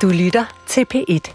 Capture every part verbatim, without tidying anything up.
Du lytter til P et.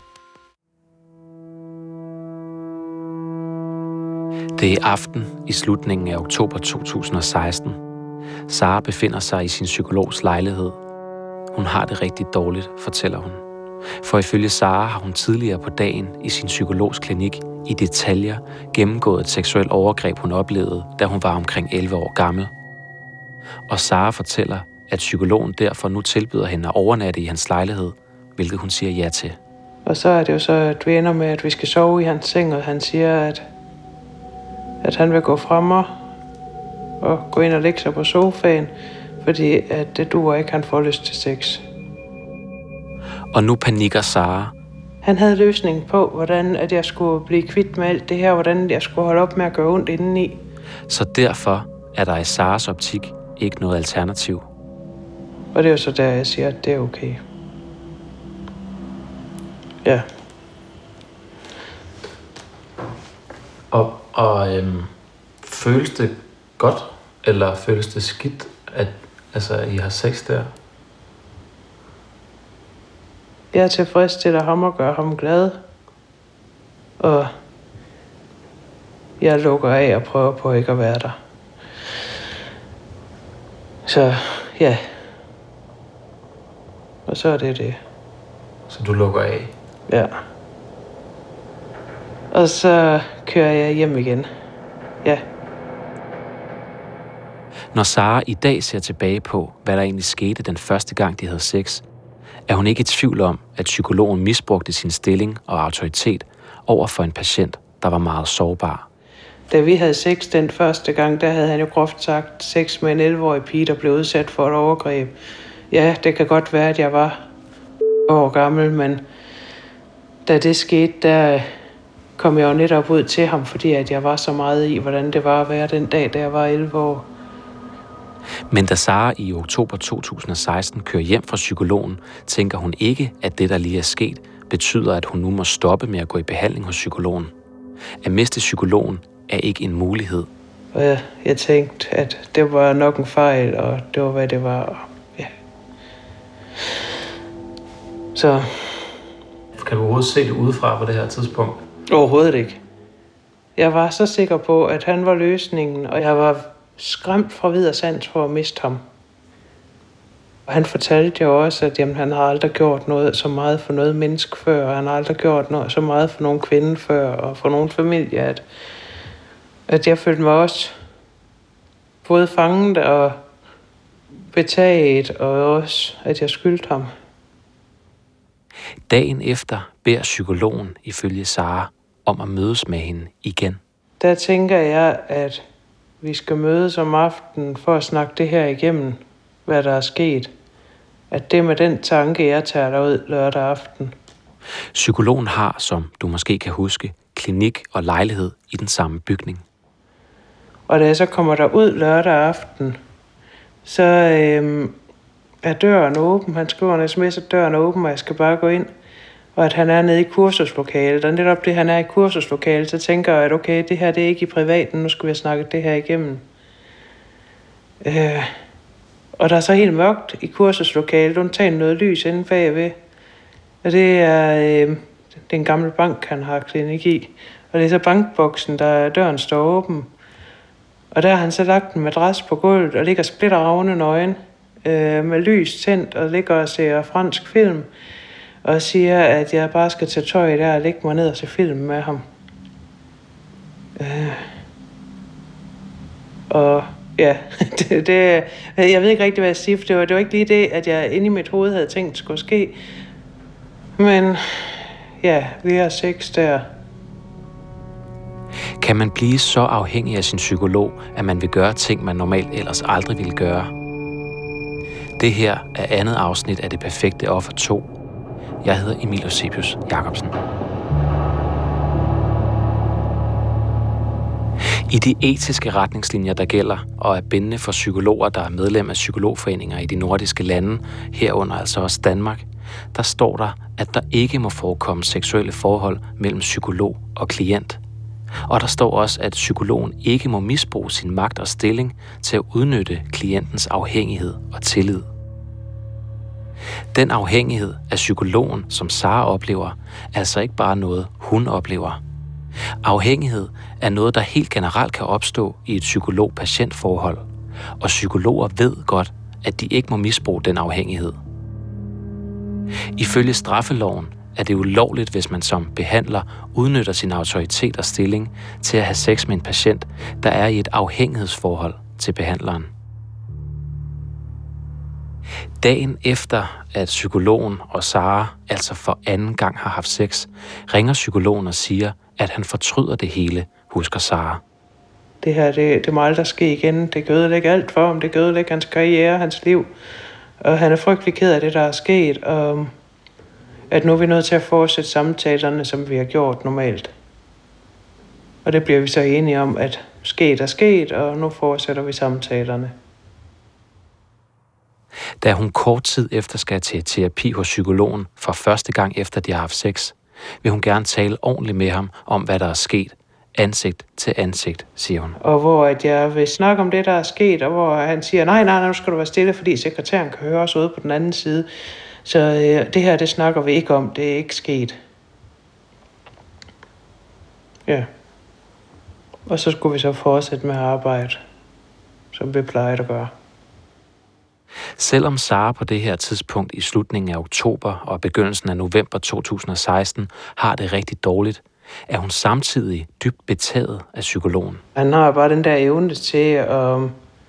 Det er aften i slutningen af oktober to tusind og seksten. Sara befinder sig i sin psykologs lejlighed. Hun har det rigtig dårligt, fortæller hun. For ifølge Sara har hun tidligere på dagen i sin psykologs klinik i detaljer gennemgået et seksuelt overgreb, hun oplevede, da hun var omkring elleve år gammel. Og Sara fortæller, at psykologen derfor nu tilbyder hende at overnatte i hans lejlighed, hvilket hun siger ja til. Og så er det jo så, at vi ender med, at vi skal sove i hans seng, og han siger, at, at han vil gå frem mig og gå ind og lægge sig på sofaen, fordi at det duer ikke, han får lyst til sex. Og nu panikker Sara. Han havde løsningen på, hvordan at jeg skulle blive kvit med alt det her, hvordan jeg skulle holde op med at gøre ondt indeni. Så derfor er der i Saras optik ikke noget alternativ. Og det er jo så der, jeg siger, at det er okay. Ja. Og, og øhm, føles det godt, eller føles det skidt, at altså, I har sex der? Jeg er tilfreds til at ham og gøre ham glad. Og jeg lukker af og prøver på ikke at være der. Så ja. Og så er det det. Så du lukker af? Ja. Og så kører jeg hjem igen. Ja. Når Sara i dag ser tilbage på, hvad der egentlig skete den første gang, de havde sex, er hun ikke i tvivl om, at psykologen misbrugte sin stilling og autoritet over for en patient, der var meget sårbar. Da vi havde sex den første gang, der havde han jo groft sagt sex med en elleve-årig pige, der blev udsat for et overgreb. Ja, det kan godt være, at jeg var år gammel, men da det skete, der kom jeg jo netop ud til ham, fordi at jeg var så meget i, hvordan det var at være den dag, da jeg var elleve år. Men da Sara i oktober to tusind og seksten kører hjem fra psykologen, tænker hun ikke, at det, der lige er sket, betyder, at hun nu må stoppe med at gå i behandling hos psykologen. At miste psykologen er ikke en mulighed. Og jeg, jeg tænkte, at det var nok en fejl, og det var, hvad det var. Ja. Så. Kan du overhovedet se det udefra på det her tidspunkt? Overhovedet ikke. Jeg var så sikker på, at han var løsningen, og jeg var skræmt fra vid og sans for at miste ham. Og han fortalte jo også, at jamen, han har aldrig gjort noget så meget for noget menneske før, og han har aldrig gjort noget så meget for nogen kvinde før, og for nogen familie, at, at jeg følte mig også både fanget og betaget, og også, at jeg skyldte ham. Dagen efter beder psykologen ifølge Sara om at mødes med hende igen. Der tænker jeg, at vi skal mødes om aftenen for at snakke det her igennem, hvad der er sket. At det med den tanke, jeg tager derud lørdag aften. Psykologen har, som du måske kan huske, klinik og lejlighed i den samme bygning. Og da jeg så kommer derud lørdag aften, så øhm, er døren åben. Han skriver en sms, at døren er åben, og jeg skal bare gå ind. Og at han er nede i kursuslokalet. Og netop det, han er i kursuslokalet, så tænker jeg, at okay, det her det er ikke i privaten, nu skal vi snakke det her igennem. Øh, og der er så helt mørkt i kursuslokalet, undtagen noget lys inde bagved. Og det er øh, den gamle bank, han har klinik i. Og det er så bankboksen, der døren står åben. Og der har han så lagt en madras på gulvet og ligger splitteravne nøgen øh, med lys tændt og ligger og ser fransk film. Og siger, at jeg bare skal tage tøj der og lægge mig ned og se film med ham. Øh. Og ja, det, det, jeg ved ikke rigtig, hvad jeg siger, for det var, det var ikke lige det, at jeg inde i mit hoved havde tænkt skulle ske. Men ja, vi har sex der. Kan man blive så afhængig af sin psykolog, at man vil gøre ting, man normalt ellers aldrig ville gøre? Det her er andet afsnit af Det Perfekte Offer to. Jeg hedder Emil Eusebius Jacobsen. I de etiske retningslinjer, der gælder og er bindende for psykologer, der er medlem af psykologforeninger i de nordiske lande, herunder altså også Danmark, der står der, at der ikke må forekomme seksuelle forhold mellem psykolog og klient. Og der står også, at psykologen ikke må misbruge sin magt og stilling til at udnytte klientens afhængighed og tillid. Den afhængighed af psykologen, som Sara oplever, er altså ikke bare noget, hun oplever. Afhængighed er noget, der helt generelt kan opstå i et psykolog-patient-forhold, og psykologer ved godt, at de ikke må misbruge den afhængighed. Ifølge straffeloven er det ulovligt, hvis man som behandler udnytter sin autoritet og stilling til at have sex med en patient, der er i et afhængighedsforhold til behandleren. Dagen efter, at psykologen og Sara altså for anden gang har haft sex, ringer psykologen og siger, at han fortryder det hele, husker Sara. Det her, det, det må aldrig ske igen. Det kan ødelægge alt for ham. Det kan ødelægge hans karriere, hans liv. Og han er frygtelig ked af det, der er sket. Og at nu er vi nødt til at fortsætte samtalerne, som vi har gjort normalt. Og det bliver vi så enige om, at sket er sket, og nu fortsætter vi samtalerne. Da hun kort tid efter skal til terapi hos psykologen for første gang efter de har haft sex, vil hun gerne tale ordentligt med ham om, hvad der er sket. Ansigt til ansigt, siger hun. Og hvor at jeg vil snakke om det, der er sket, og hvor han siger, nej, nej, nu skal du være stille, fordi sekretæren kan høre os ude på den anden side. Så øh, det her, det snakker vi ikke om. Det er ikke sket. Ja. Og så skulle vi så fortsætte med at arbejde, som vi plejer at gøre. Selvom Sara på det her tidspunkt i slutningen af oktober og begyndelsen af november to tusind og seksten har det rigtig dårligt, er hun samtidig dybt betaget af psykologen. Han har bare den der evne til at...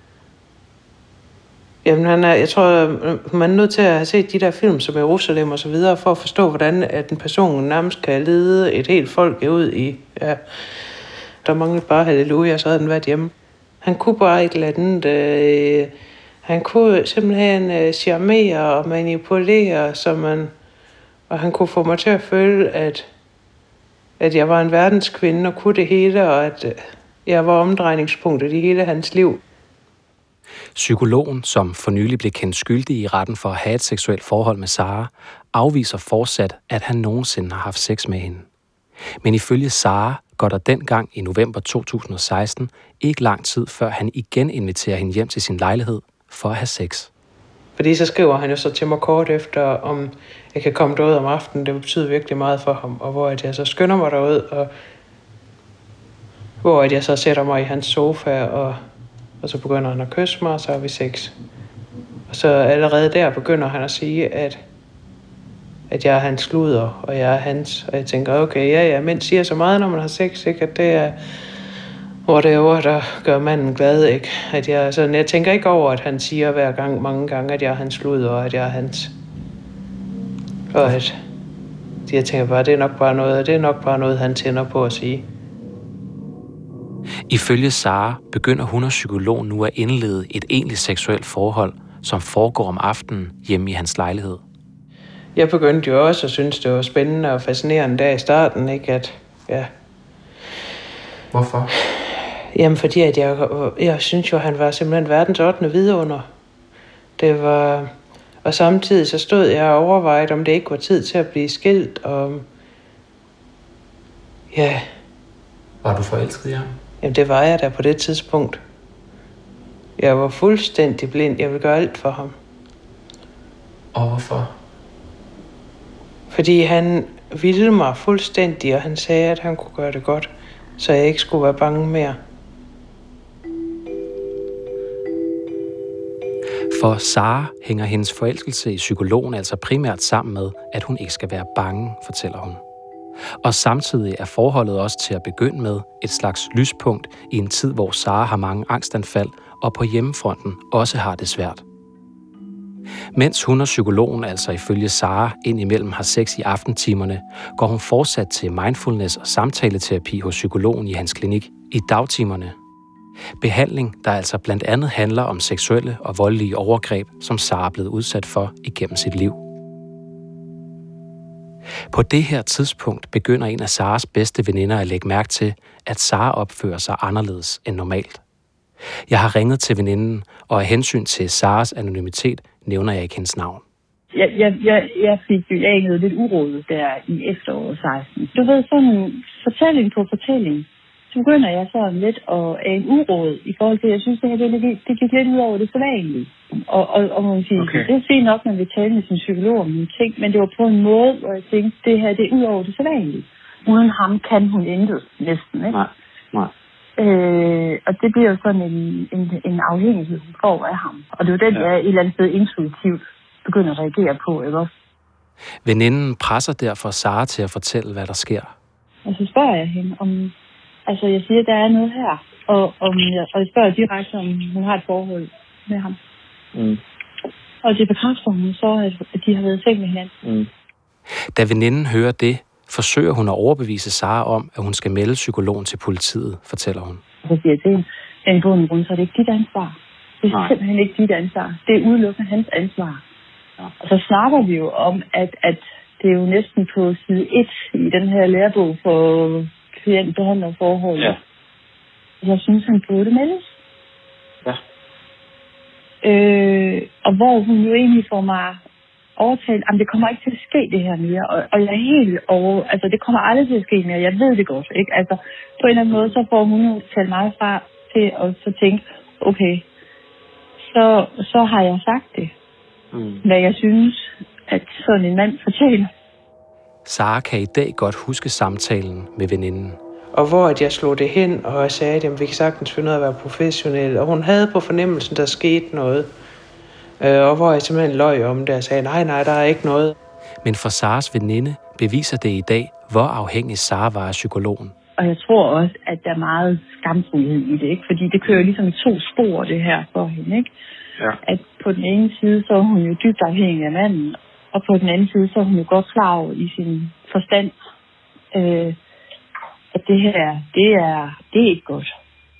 Jamen, han er, jeg tror, man er nødt til at have set de der film som Jerusalem og så videre, for at forstå, hvordan at en person nærmest kan lede et helt folk ud i... Ja, der manglede bare halleluja, så havde den været hjemme. Han kunne bare et eller andet... Øh, han kunne simpelthen øh, charmere og manipulere, så man, og han kunne få mig til at føle, at, at jeg var en verdenskvinde og kunne det hele, og at øh, jeg var omdrejningspunktet i hele hans liv. Psykologen, som for nylig blev kendt skyldig i retten for at have et seksuelt forhold med Sara, afviser fortsat, at han nogensinde har haft sex med hende. Men ifølge Sara går der dengang i november to tusind og seksten ikke lang tid, før han igen inviterer hende hjem til sin lejlighed for at have sex. Fordi så skriver han jo så til mig kort efter, om jeg kan komme derud om aftenen. Det betyder virkelig meget for ham. Og hvor jeg så skynder mig derud, og hvor jeg så sætter mig i hans sofa, og, og så begynder han at kysse mig, og så har vi sex. Og så allerede der begynder han at sige, at, at jeg er hans sluder, og jeg er hans. Og jeg tænker, okay, ja, ja, mænd siger så meget, når man har sex, ikke? At det er... Hvor det er ord, der gør manden glad, ikke? At jeg, sådan, jeg tænker ikke over, at han siger hver gang, mange gange, at jeg er hans sluder, og at jeg er hans. Og at jeg tænker bare, det er nok bare noget, det er nok bare noget, han tænder på at sige. Ifølge Sara begynder hun og psykologen nu at indlede et egentligt seksuelt forhold, som foregår om aftenen hjemme i hans lejlighed. Jeg begyndte jo også at synes, det var spændende og fascinerende der i starten, ikke? At, ja. Hvorfor? Jamen, fordi at jeg, jeg synes jo, at han var simpelthen verdens ottende vidunder. Det var... Og samtidig så stod jeg og overvejede, om det ikke var tid til at blive skilt, og... Ja... Var du forelsket i ham? Jamen, det var jeg da på det tidspunkt. Jeg var fuldstændig blind. Jeg ville gøre alt for ham. Og hvorfor? Fordi han ville mig fuldstændig, og han sagde, at han kunne gøre det godt, så jeg ikke skulle være bange mere. For Sara hænger hendes forelskelse i psykologen altså primært sammen med, at hun ikke skal være bange, fortæller hun. Og samtidig er forholdet også til at begynde med et slags lyspunkt i en tid, hvor Sara har mange angstanfald og på hjemmefronten også har det svært. Mens hun og psykologen altså ifølge Sara indimellem har sex i aftentimerne, går hun fortsat til mindfulness og samtaleterapi hos psykologen i hans klinik i dagtimerne. Behandling, der altså blandt andet handler om seksuelle og voldelige overgreb, som Sara er blevet udsat for igennem sit liv. På det her tidspunkt begynder en af Saras bedste veninder at lægge mærke til, at Sara opfører sig anderledes end normalt. Jeg har ringet til veninden, og af hensyn til Saras anonymitet nævner jeg ikke hendes navn. Jeg, jeg, jeg, jeg fik jo noget lidt uråd der i efteråret seksten. Du ved, sådan en fortælling på fortælling. så begynder jeg sådan lidt at en uråd i forhold til, at jeg synes, det her det, det gik lidt ud over det sædvanlige. Og, og, og man siger, okay. Det er fint nok, når vi taler med sin psykolog om nogle ting, men det var på en måde, hvor jeg tænkte, det her det er ud over det sædvanlige. Uden ham kan hun intet næsten, ikke? Nej, nej. Øh, og det bliver jo sådan en, en, en afhængighed, hun får af ham. Og det er jo den, ja. Jeg et eller andet sted intuitivt begynder at reagere på, ikke også? Veninden presser derfor Sara til at fortælle, hvad der sker. Og så spørger jeg hende, om... Altså, jeg siger, der er noget her. Og, om jeg, og jeg spørger direkte, om hun har et forhold med ham. Mm. Og det bekræfter hun så, at de har været i seng med hinanden. Mm. Da veninden hører det, forsøger hun at overbevise Sara om, at hun skal melde psykologen til politiet, fortæller hun. Så siger jeg til hende, at i bund og grund, så er det ikke dit ansvar. Det er Nej. simpelthen ikke dit ansvar. Det er udelukkende hans ansvar. Ja. Og så snakker vi jo om, at, at det er jo næsten på side et i den her lærebog for klient-behandlerforhold. Ja. Jeg synes, han burde meldes. Ja. Øh, og hvor hun jo egentlig får mig overtalt, at det kommer ikke til at ske det her mere, og, og jeg er helt over, altså det kommer aldrig til at ske mere, jeg ved det godt, ikke? Altså på en eller anden måde, så får hun jo talt mig fra til at så tænke, okay, så, så har jeg sagt det, mm. hvad jeg synes, at sådan en mand fortjener. Sara kan i dag godt huske samtalen med veninden. Og hvor at jeg slog det hen, og jeg sagde, at vi kan sagtens finde ud af at være professionelle. Og hun havde på fornemmelsen, der skete noget. Og hvor jeg simpelthen løj om det og sagde, nej, nej, der er ikke noget. Men for Saras veninde beviser det i dag, hvor afhængig Sara var af psykologen. Og jeg tror også, at der er meget skamfuldhed i det, ikke? Fordi det kører ligesom i to spor, det her for hende, ikke? Ja. At på den ene side, så er hun jo dybt afhængig af manden, og på den anden side, så er hun jo godt klar over i sin forstand, øh, at det her, det er, det er ikke godt.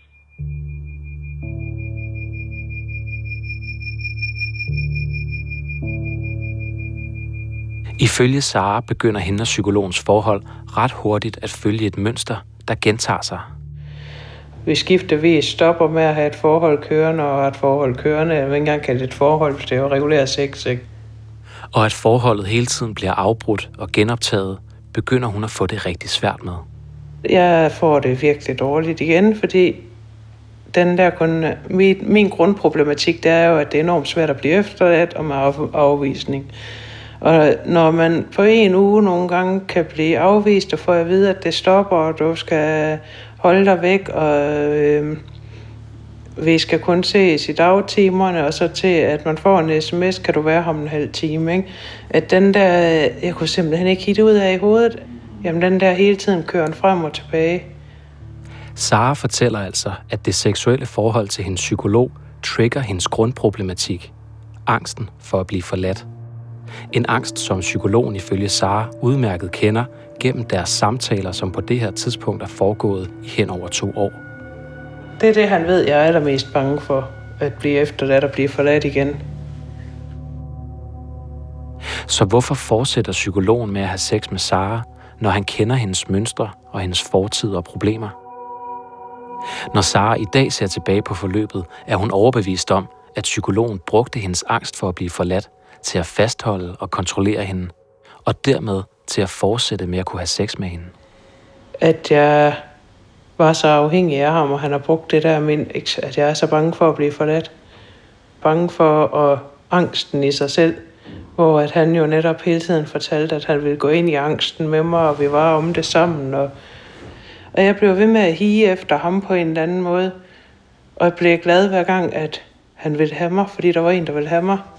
Ifølge Sara begynder hende og psykologens forhold ret hurtigt at følge et mønster, der gentager sig. Vi skiftevis stopper med at have et forhold kørende, og et forhold kørende, jeg vil ikke engang kalde det et forhold, hvis det er jo regulært sex, ikke? Og at forholdet hele tiden bliver afbrudt og genoptaget, begynder hun at få det rigtig svært med. Jeg får det virkelig dårligt igen, fordi den der kun, min, min grundproblematik, det er jo, at det er enormt svært at blive efterladt og med afvisning. Og når man på en uge nogle gange kan blive afvist og få at vide, at det stopper, og du skal holde dig væk, og øh, vi skal kun ses i dagtimerne, og så til, at man får en sms, kan du være her om en halv time, ikke? At den der, jeg kunne simpelthen ikke hitte ud af i hovedet, jamen den der hele tiden kører frem og tilbage. Sara fortæller altså, at det seksuelle forhold til hendes psykolog trigger hendes grundproblematik. Angsten for at blive forladt. En angst, som psykologen ifølge Sara udmærket kender gennem deres samtaler, som på det her tidspunkt er foregået i hen over to år. Det er det, han ved, jeg er allermest bange for, at blive efterladt og blive forladt igen. Så hvorfor fortsætter psykologen med at have sex med Sara, når han kender hendes mønstre og hendes fortid og problemer? Når Sara i dag ser tilbage på forløbet, er hun overbevist om, at psykologen brugte hendes angst for at blive forladt til at fastholde og kontrollere hende, og dermed til at fortsætte med at kunne have sex med hende. At jeg var så afhængig af ham, og han har brugt det der, min, at jeg er så bange for at blive forladt. Bange for at angsten i sig selv, hvor at han jo netop hele tiden fortalte, at han ville gå ind i angsten med mig, og vi var om det sammen. Og, og jeg blev ved med at hige efter ham på en eller anden måde, og jeg blev glad hver gang, at han ville have mig, fordi der var en, der ville have mig.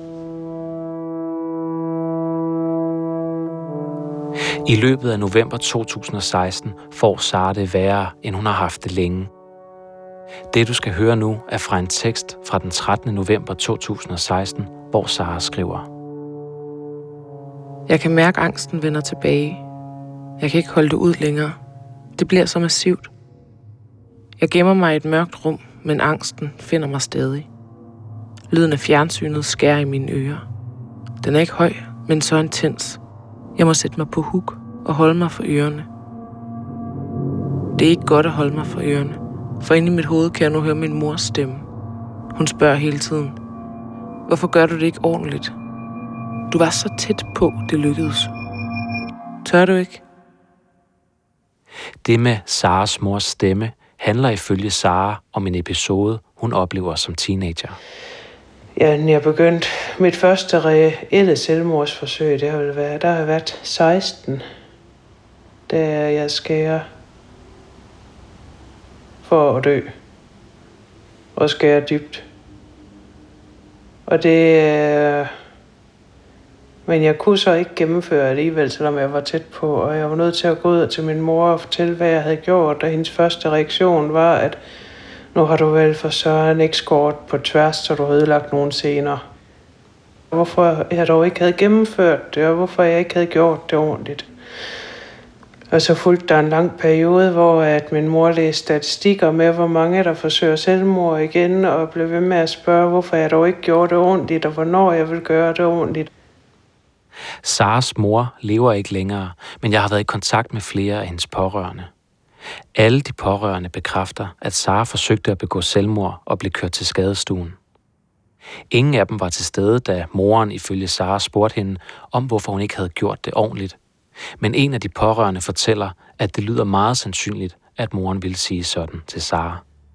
I løbet af november to tusind og seksten får Sara det værre, end hun har haft det længe. Det, du skal høre nu, er fra en tekst fra den trettende november to tusind og seksten, hvor Sara skriver: Jeg kan mærke, at angsten vender tilbage. Jeg kan ikke holde det ud længere. Det bliver så massivt. Jeg gemmer mig i et mørkt rum, men angsten finder mig stadig. Lyden af fjernsynet skærer i mine ører. Den er ikke høj, men så intens. Jeg må sætte mig på huk og holde mig for ørerne. Det er ikke godt at holde mig for ørerne, for inde i mit hoved kan jeg nu høre min mors stemme. Hun spørger hele tiden: Hvorfor gør du det ikke ordentligt? Du var så tæt på, det lykkedes. Tør du ikke? Det med Saras mors stemme handler ifølge Sara om en episode, hun oplever som teenager. Ja, når jeg begyndte mit første reelle selvmordsforsøg, det har vel været, der har været seksten, da jeg skærer for at dø. Og skærer dybt. Og det... Øh, men jeg kunne så ikke gennemføre alligevel, selvom jeg var tæt på. Og jeg var nødt til at gå ud til min mor og fortælle, hvad jeg havde gjort. Og hendes første reaktion var, at nu har du vel for Søren ikke skåret på tværs, så du har ødelagt nogle scener. Hvorfor jeg dog ikke havde gennemført det, og hvorfor jeg ikke havde gjort det ordentligt. Og så fulgte der en lang periode, hvor at min mor læste statistikker med, hvor mange der forsøger selvmord igen, og blev ved med at spørge, hvorfor jeg dog ikke gjorde det ordentligt, og hvornår jeg vil gøre det ordentligt. Saras mor lever ikke længere, men jeg har været i kontakt med flere af hendes pårørende. Alle de pårørende bekræfter, at Sara forsøgte at begå selvmord og blev kørt til skadestuen. Ingen af dem var til stede, da moren ifølge Sara spurgte hende om, hvorfor hun ikke havde gjort det ordentligt. Men en af de pårørende fortæller, at det lyder meget sandsynligt, at moren ville sige sådan til Sara.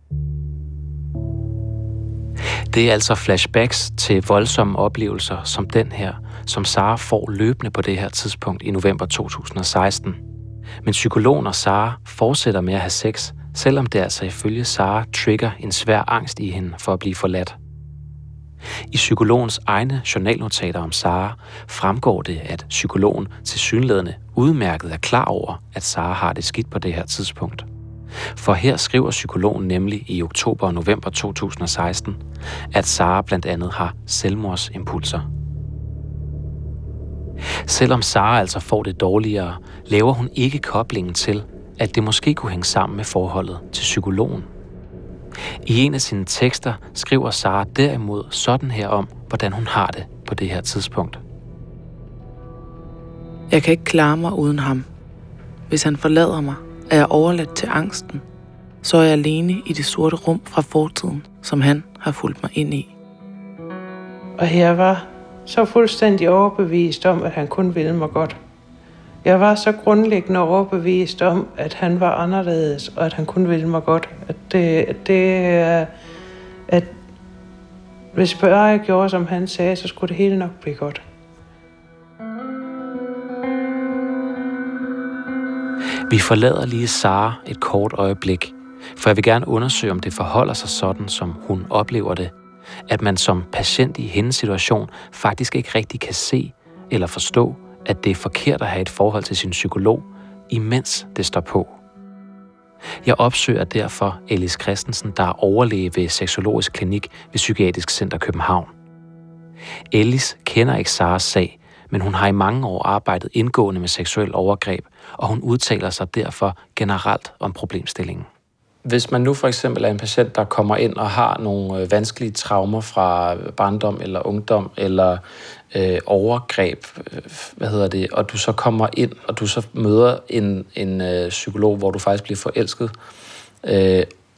Det er altså flashbacks til voldsomme oplevelser som den her, som Sara får løbende på det her tidspunkt i november to tusind og seksten. Men psykologen og Sara fortsætter med at have sex, selvom det altså ifølge Sara trigger en svær angst i hende for at blive forladt. I psykologens egne journalnotater om Sara fremgår det, at psykologen tilsyneladende udmærket er klar over, at Sara har det skidt på det her tidspunkt. For her skriver psykologen nemlig i oktober og november to tusind og seksten, at Sara blandt andet har selvmordsimpulser. Selvom Sara altså får det dårligere, laver hun ikke koblingen til, at det måske kunne hænge sammen med forholdet til psykologen. I en af sine tekster skriver Sara derimod sådan her om, hvordan hun har det på det her tidspunkt. Jeg kan ikke klare mig uden ham. Hvis han forlader mig, er jeg overladt til angsten. Så er jeg alene i det sorte rum fra fortiden, som han har fulgt mig ind i. Og jeg var så fuldstændig overbevist om, at han kun ville mig godt. Jeg var så grundlæggende overbevist om, at han var anderledes, og at han kun ville mig godt. At det, at det at hvis bare jeg gjorde, som han sagde, så skulle det hele nok blive godt. Vi forlader lige Sara et kort øjeblik, for jeg vil gerne undersøge, om det forholder sig sådan, som hun oplever det. At man som patient i hendes situation faktisk ikke rigtig kan se eller forstå, at det er forkert at have et forhold til sin psykolog, imens det står på. Jeg opsøger derfor Ellis Christensen, der er overlæge ved Sexologisk Klinik ved Psykiatrisk Center København. Ellis kender ikke Saras sag, men hun har i mange år arbejdet indgående med seksuel overgreb, og hun udtaler sig derfor generelt om problemstillingen. Hvis man nu for eksempel er en patient, der kommer ind og har nogle vanskelige traumer fra barndom eller ungdom eller øh, overgreb, hvad hedder det, og du så kommer ind, og du så møder en, en øh, psykolog, hvor du faktisk bliver forelsket, øh,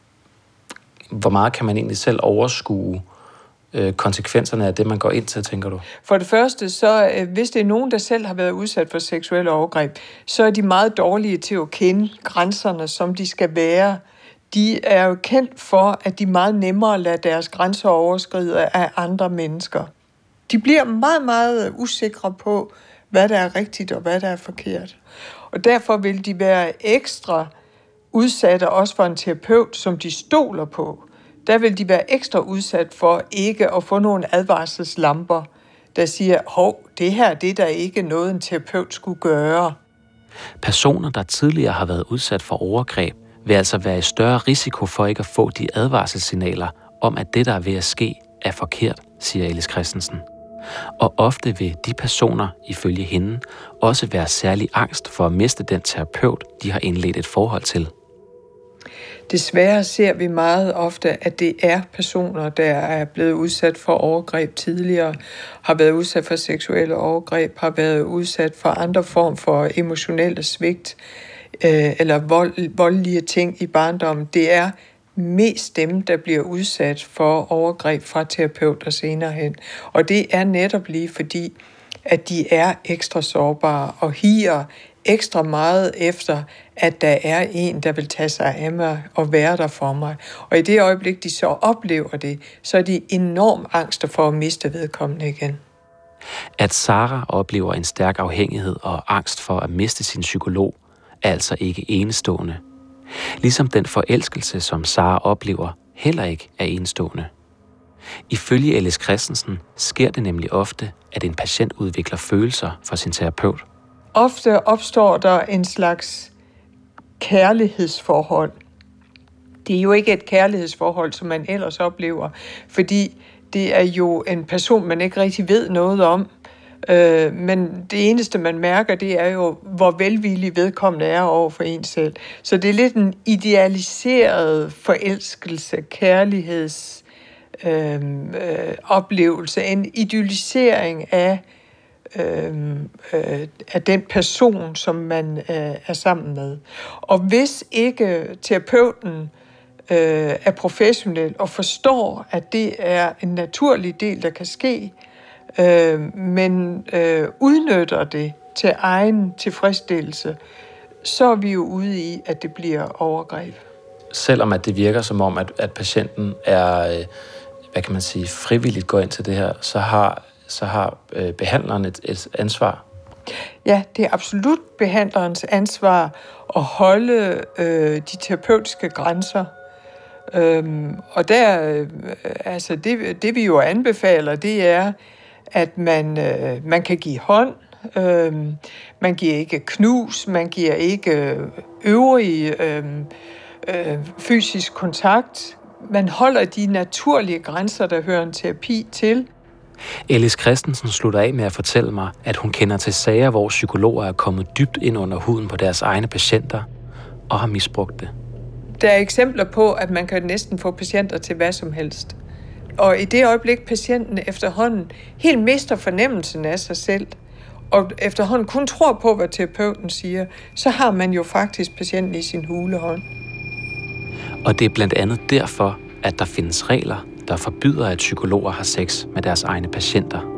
hvor meget kan man egentlig selv overskue øh, konsekvenserne af det, man går ind til, tænker du? For det første, så øh, hvis det er nogen, der selv har været udsat for seksuelle overgreb, så er de meget dårlige til at kende grænserne, som de skal være. De er jo kendt for, at de meget nemmere lader deres grænser overskride af andre mennesker. De bliver meget, meget usikre på, hvad der er rigtigt og hvad der er forkert. Og derfor vil de være ekstra udsatte også for en terapeut, som de stoler på. Der vil de være ekstra udsat for ikke at få nogle advarselslamper, der siger, hov, det her det er da ikke noget, en terapeut skulle gøre. Personer, der tidligere har været udsat for overgreb, vil altså være i større risiko for ikke at få de advarselssignaler om, at det, der er ved at ske, er forkert, siger Ellis Christensen. Og ofte vil de personer, ifølge hende, også være særlig angst for at miste den terapeut, de har indledt et forhold til. Desværre ser vi meget ofte, at det er personer, der er blevet udsat for overgreb tidligere, har været udsat for seksuelle overgreb, har været udsat for andre form for emotionelle svigt, eller vold, voldelige ting i barndommen. Det er mest dem, der bliver udsat for overgreb fra terapeuter senere hen. Og det er netop lige fordi, at de er ekstra sårbare og higer ekstra meget efter, at der er en, der vil tage sig af mig og være der for mig. Og i det øjeblik, de så oplever det, så er de enormt angste for at miste vedkommende igen. At Sara oplever en stærk afhængighed og angst for at miste sin psykolog, er altså ikke enestående. Ligesom den forelskelse, som Sara oplever, heller ikke er enestående. Ifølge Ellis Christensen sker det nemlig ofte, at en patient udvikler følelser for sin terapeut. Ofte opstår der en slags kærlighedsforhold. Det er jo ikke et kærlighedsforhold, som man ellers oplever, fordi det er jo en person, man ikke rigtig ved noget om. Øh, men det eneste, man mærker, det er jo, hvor velvillig vedkommende er over for en selv. Så det er lidt en idealiseret forelskelse, kærligheds øh, øh, oplevelse, en idealisering af, øh, øh, af den person, som man øh, er sammen med. Og hvis ikke terapeuten øh, er professionel og forstår, at det er en naturlig del, der kan ske, Øh, men øh, udnytter det til egen tilfredsstillelse, så er vi jo ude i, at det bliver overgreb. Selvom at det virker som om, at, at patienten er, øh, hvad kan man sige, frivilligt går ind til det her, så har, så har øh, behandleren et, et ansvar. Ja, det er absolut behandlerens ansvar at holde øh, de terapeutiske grænser. Øhm, og der, øh, altså det, det vi jo anbefaler, det er, at man, øh, man kan give hånd, øh, man giver ikke knus, man giver ikke øvrig øh, øh, fysisk kontakt. Man holder de naturlige grænser, der hører en terapi til. Ellis Christensen slutter af med at fortælle mig, at hun kender til sager, hvor psykologer er kommet dybt ind under huden på deres egne patienter og har misbrugt det. Der er eksempler på, at man kan næsten få patienter til hvad som helst. Og i det øjeblik, patienten efterhånden helt mister fornemmelsen af sig selv, og efterhånden kun tror på, hvad terapeuten siger, så har man jo faktisk patienten i sin hulehånd. Og det er blandt andet derfor, at der findes regler, der forbyder, at psykologer har sex med deres egne patienter.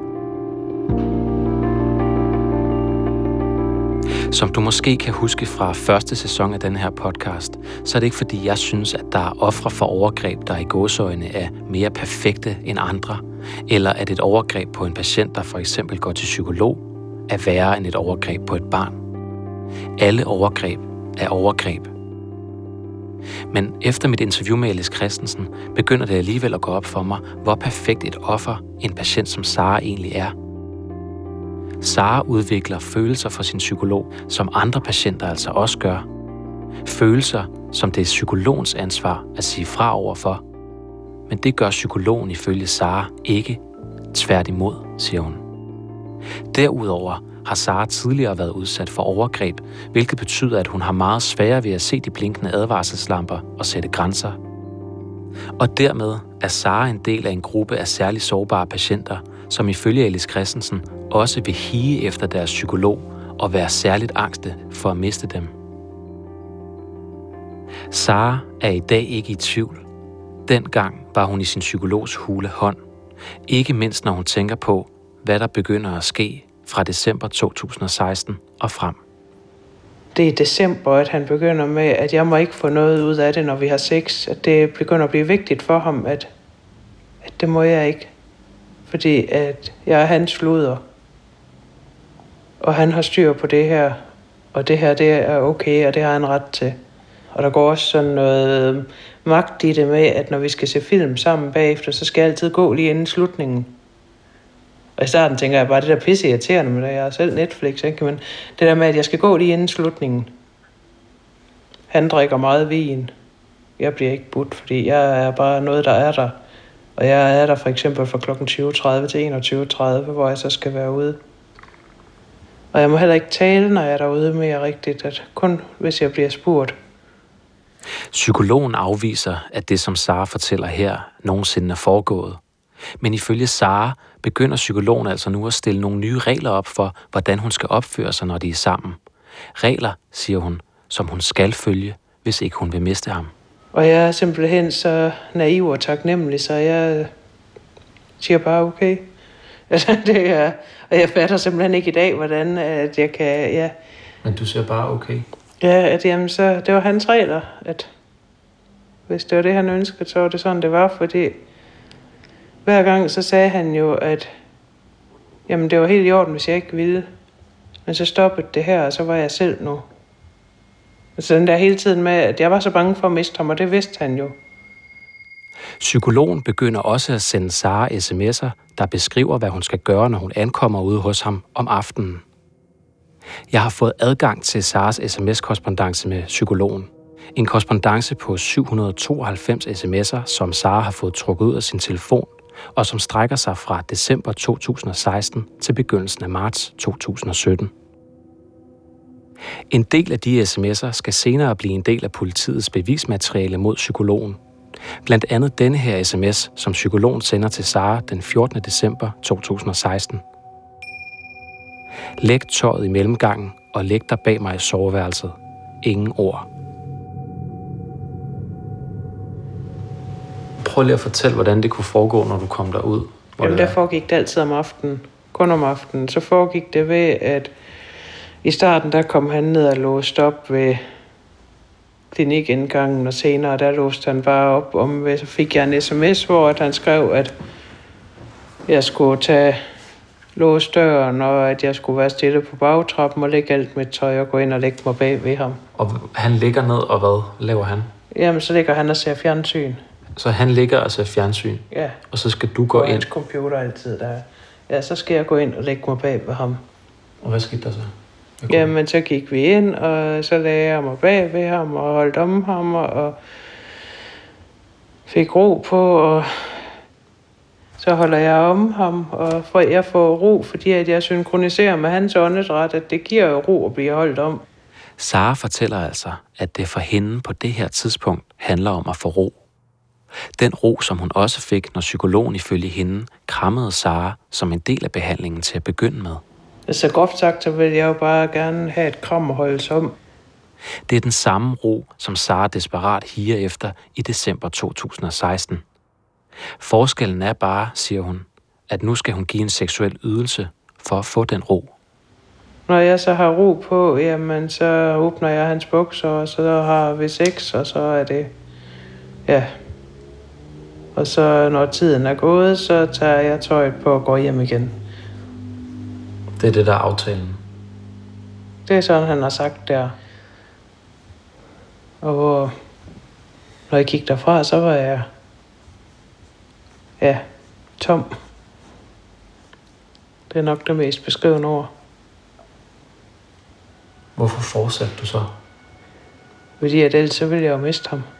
Som du måske kan huske fra første sæson af den her podcast, så er det ikke fordi, jeg synes, at der er ofre for overgreb, der i gåseøjne er mere perfekte end andre, eller at et overgreb på en patient, der for eksempel går til psykolog, er værre end et overgreb på et barn. Alle overgreb er overgreb. Men efter mit interview med Ellis Christensen, begynder det alligevel at gå op for mig, hvor perfekt et offer en patient som Sara egentlig er. Sara udvikler følelser for sin psykolog, som andre patienter altså også gør. Følelser, som det er psykologens ansvar at sige fra overfor. Men det gør psykologen ifølge Sara ikke. Tværtimod, siger hun. Derudover har Sara tidligere været udsat for overgreb, hvilket betyder, at hun har meget sværere ved at se de blinkende advarselslamper og sætte grænser. Og dermed er Sara en del af en gruppe af særligt sårbare patienter, som ifølge Ellis Christensen også vil hige efter deres psykolog og være særligt angste for at miste dem. Sara er i dag ikke i tvivl. Dengang var hun i sin psykologs hule hånd. Ikke mindst når hun tænker på, hvad der begynder at ske fra december to tusind og seksten og frem. Det er i december, at han begynder med, at jeg må ikke få noget ud af det, når vi har sex. At det begynder at blive vigtigt for ham, at, at det må jeg ikke. Fordi at jeg er hans luder. Og han har styr på det her. Og det her, det er okay, og det har han ret til. Og der går også sådan noget magt i det med, at når vi skal se film sammen bagefter, så skal jeg altid gå lige inden slutningen. Og i starten tænker jeg bare, det der pisse irriterende, men jeg er selv Netflix, ikke? Men det der med, at jeg skal gå lige inden slutningen. Han drikker meget vin. Jeg bliver ikke budt, fordi jeg er bare noget, der er der. Og jeg er der for eksempel fra klokken tyve tredive til enogtyve tredive, hvor jeg så skal være ude. Og jeg må heller ikke tale, når jeg er derude mere rigtigt, at kun hvis jeg bliver spurgt. Psykologen afviser, at det, som Sara fortæller her, nogensinde er foregået. Men ifølge Sara begynder psykologen altså nu at stille nogle nye regler op for, hvordan hun skal opføre sig, når de er sammen. Regler, siger hun, som hun skal følge, hvis ikke hun vil miste ham. Og jeg er simpelthen så naiv og taknemmelig, så jeg siger bare okay. Altså, det er, og jeg fatter simpelthen ikke i dag, hvordan at jeg kan, ja, Men du siger bare okay? Ja, at jamen, så, det var hans regler, at hvis det var det, han ønskede, så var det sådan, det var, fordi hver gang så sagde han jo, at jamen, det var helt i orden, hvis jeg ikke ville. Men så stoppede det her, og så var jeg selv nu. Så den der hele tiden med, at jeg var så bange for at miste ham, og det vidste han jo. Psykologen begynder også at sende Sara sms'er, der beskriver, hvad hun skal gøre, når hun ankommer ude hos ham om aftenen. Jeg har fået adgang til Saras sms-korrespondance med psykologen. En korrespondance på syv hundrede tooghalvfems sms'er, som Sara har fået trukket ud af sin telefon, og som strækker sig fra december to tusind og seksten til begyndelsen af marts to tusind og sytten. En del af de sms'er skal senere blive en del af politiets bevismateriale mod psykologen. Blandt andet denne her sms, som psykologen sender til Sara den fjortende december to tusind og seksten. Læg tøjet i mellemgangen og læg dig bag mig i soveværelset. Ingen ord. Prøv lige at fortælle, hvordan det kunne foregå, når du kom derud. Jamen, der foregik det altid om aftenen. Kun om aftenen. Så foregik det ved, at i starten, der kom han ned og låste op ved klinikindgangen, og senere, der låste han bare op om, så fik jeg en sms, hvor han skrev, at jeg skulle tage låse døren, og at jeg skulle være stille på bagtrappen og lægge alt mit tøj og gå ind og lægge mig bag ved ham. Og han ligger ned, og hvad laver han? Jamen, så ligger han og ser fjernsyn. Så han ligger og ser fjernsyn? Ja. Og så skal du gå og ind? Hans computer altid der. Ja, så skal jeg gå ind og lægge mig bag ved ham. Og hvad skete der så? Jamen, så gik vi ind, og så lagde jeg mig bag ved ham og holdt om ham og fik ro på, og så holder jeg om ham, og for jeg får ro, fordi at jeg synkroniserer med hans åndedræt, at det giver jo ro at blive holdt om. Sara fortæller altså, at det for hende på det her tidspunkt handler om at få ro. Den ro, som hun også fik, når psykologen ifølge hende krammede Sara som en del af behandlingen til at begynde med. Så groft sagt, så vil jeg jo bare gerne have et kram og holdes om. Det er den samme ro, som Sara desperat higer efter i december to tusind og seksten. Forskellen er bare, siger hun, at nu skal hun give en seksuel ydelse for at få den ro. Når jeg så har ro på, jamen så åbner jeg hans bukser, og så har vi sex, og så er det, ja. Og så når tiden er gået, så tager jeg tøjet på og går hjem igen. Det er det, der er aftalen? Det er sådan, han har sagt der. Og når jeg gik derfra, så var jeg, ja, tom. Det er nok det mest beskrivende ord. Hvorfor fortsatte du så? Fordi at ellers så ville jeg jo miste ham.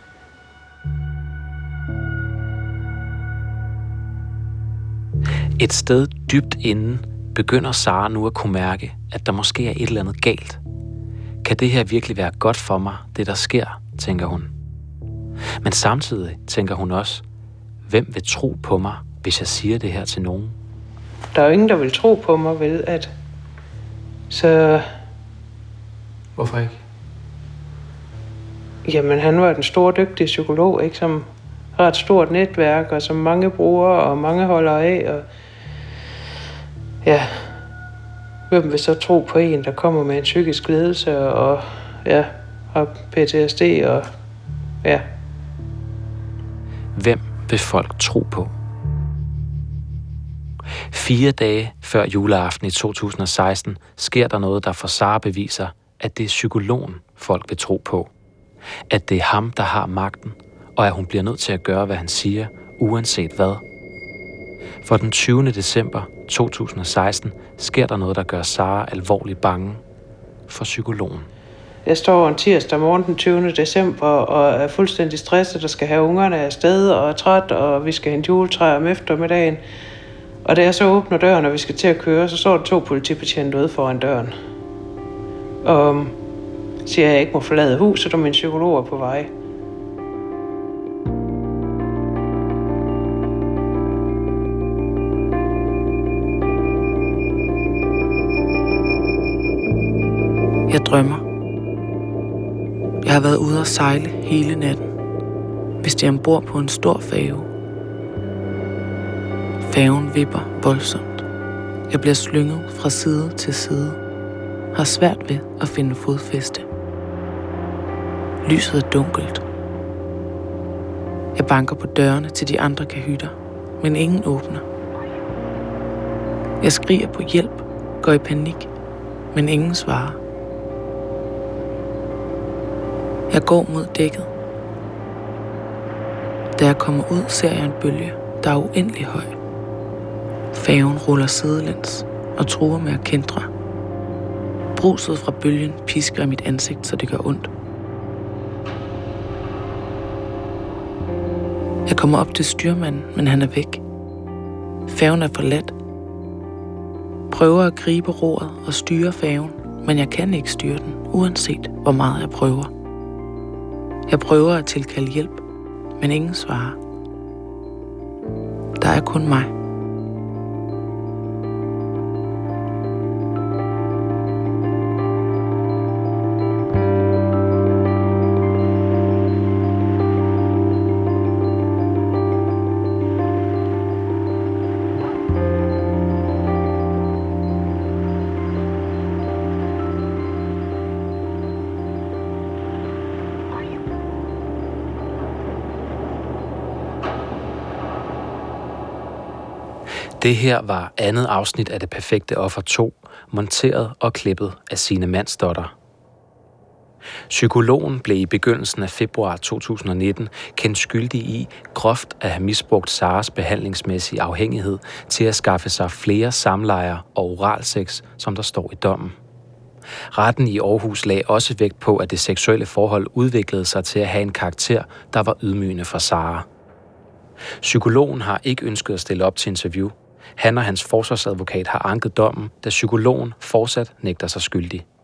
Et sted dybt inde begynder Sara nu at kunne mærke, at der måske er et eller andet galt. Kan det her virkelig være godt for mig, det der sker, tænker hun. Men samtidig tænker hun også, hvem vil tro på mig, hvis jeg siger det her til nogen? Der er jo ingen, der vil tro på mig, vel, at så... Hvorfor ikke? Jamen, han var den store, dygtige psykolog, ikke, som har et stort netværk, og som mange bruger, og mange holder af, og ja, hvem vil så tro på en, der kommer med en psykisk lidelse, og ja, har P T S D, og ja. Hvem vil folk tro på? Fire dage før juleaften i to tusind og seksten sker der noget, der for Sara beviser, at det er psykologen, folk vil tro på. At det er ham, der har magten, og at hun bliver nødt til at gøre, hvad han siger, uanset hvad. For den tyvende december to tusind og seksten sker der noget, der gør Sara alvorligt bange for psykologen. Jeg står en tirsdag morgen den tyvende december og er fuldstændig stresset og skal have ungerne afsted og er træt, og vi skal hente juletræ om eftermiddagen. Og da jeg så åbner døren, og vi skal til at køre, så står der to politibetjente ude foran døren. Og siger, at jeg ikke må forlade huset, og min psykolog er på vej. Jeg drømmer. Jeg har været ude at sejle hele natten. Hvis jeg er ombord på en stor færge. Færgen vipper voldsomt. Jeg bliver slynget fra side til side. har svært ved at finde fodfæste. Lyset er dunkelt. Jeg banker på dørene til de andre kahytter, men ingen åbner. Jeg skriger på hjælp, går i panik, men ingen svarer. Jeg går mod dækket. Da jeg kommer ud, ser jeg en bølge, der er uendelig høj. Færgen ruller sidelæns og truer med at kæntre. Bruset fra bølgen pisker i mit ansigt, så det gør ondt. Jeg kommer op til styrmanden, men han er væk. Færgen er forladt. Prøver at gribe roret og styre færgen, men jeg kan ikke styre den, uanset hvor meget jeg prøver. Jeg prøver at tilkalde hjælp, men ingen svarer. Der er kun mig. Det her var andet afsnit af Det Perfekte Offer to, monteret og klippet af Signe Mandsdotter. Psykologen blev i begyndelsen af februar to tusind nitten kendt skyldig i groft at have misbrugt Saras behandlingsmæssige afhængighed til at skaffe sig flere samlejer og oralsex, som der står i dommen. Retten i Aarhus lagde også vægt på, at det seksuelle forhold udviklede sig til at have en karakter, der var ydmygende for Sara. Psykologen har ikke ønsket at stille op til interview. Han og hans forsvarsadvokat har anket dommen, da psykologen fortsat nægter sig skyldig.